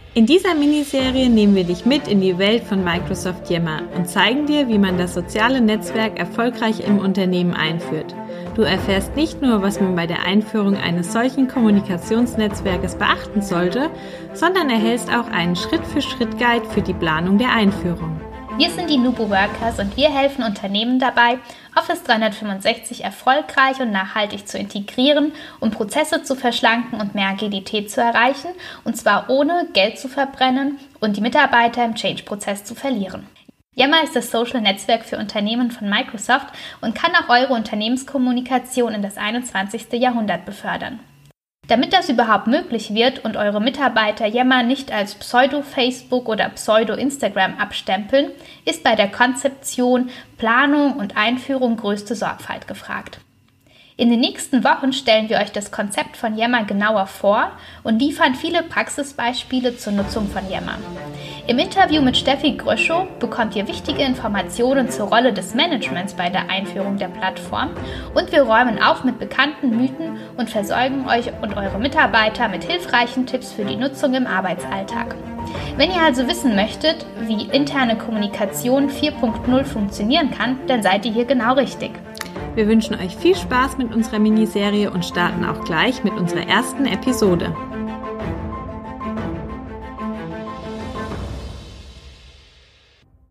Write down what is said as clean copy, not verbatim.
In dieser Miniserie nehmen wir dich mit in die Welt von Microsoft Yammer und zeigen dir, wie man das soziale Netzwerk erfolgreich im Unternehmen einführt. Du erfährst nicht nur, was man bei der Einführung eines solchen Kommunikationsnetzwerkes beachten sollte, sondern erhältst auch einen Schritt-für-Schritt-Guide für die Planung der Einführung. Wir sind die Nubo Workers und wir helfen Unternehmen dabei, Office 365 erfolgreich und nachhaltig zu integrieren, um Prozesse zu verschlanken und mehr Agilität zu erreichen, und zwar ohne Geld zu verbrennen und die Mitarbeiter im Change-Prozess zu verlieren. Yammer ist das Social-Netzwerk für Unternehmen von Microsoft und kann auch eure Unternehmenskommunikation in das 21. Jahrhundert befördern. Damit das überhaupt möglich wird und eure Mitarbeiter Yammer nicht als Pseudo-Facebook oder Pseudo-Instagram abstempeln, ist bei der Konzeption, Planung und Einführung größte Sorgfalt gefragt. In den nächsten Wochen stellen wir euch das Konzept von Yammer genauer vor und liefern viele Praxisbeispiele zur Nutzung von Yammer. Im Interview mit Steffi Gröschow bekommt ihr wichtige Informationen zur Rolle des Managements bei der Einführung der Plattform und wir räumen auf mit bekannten Mythen und versorgen euch und eure Mitarbeiter mit hilfreichen Tipps für die Nutzung im Arbeitsalltag. Wenn ihr also wissen möchtet, wie interne Kommunikation 4.0 funktionieren kann, dann seid ihr hier genau richtig. Wir wünschen euch viel Spaß mit unserer Miniserie und starten auch gleich mit unserer ersten Episode.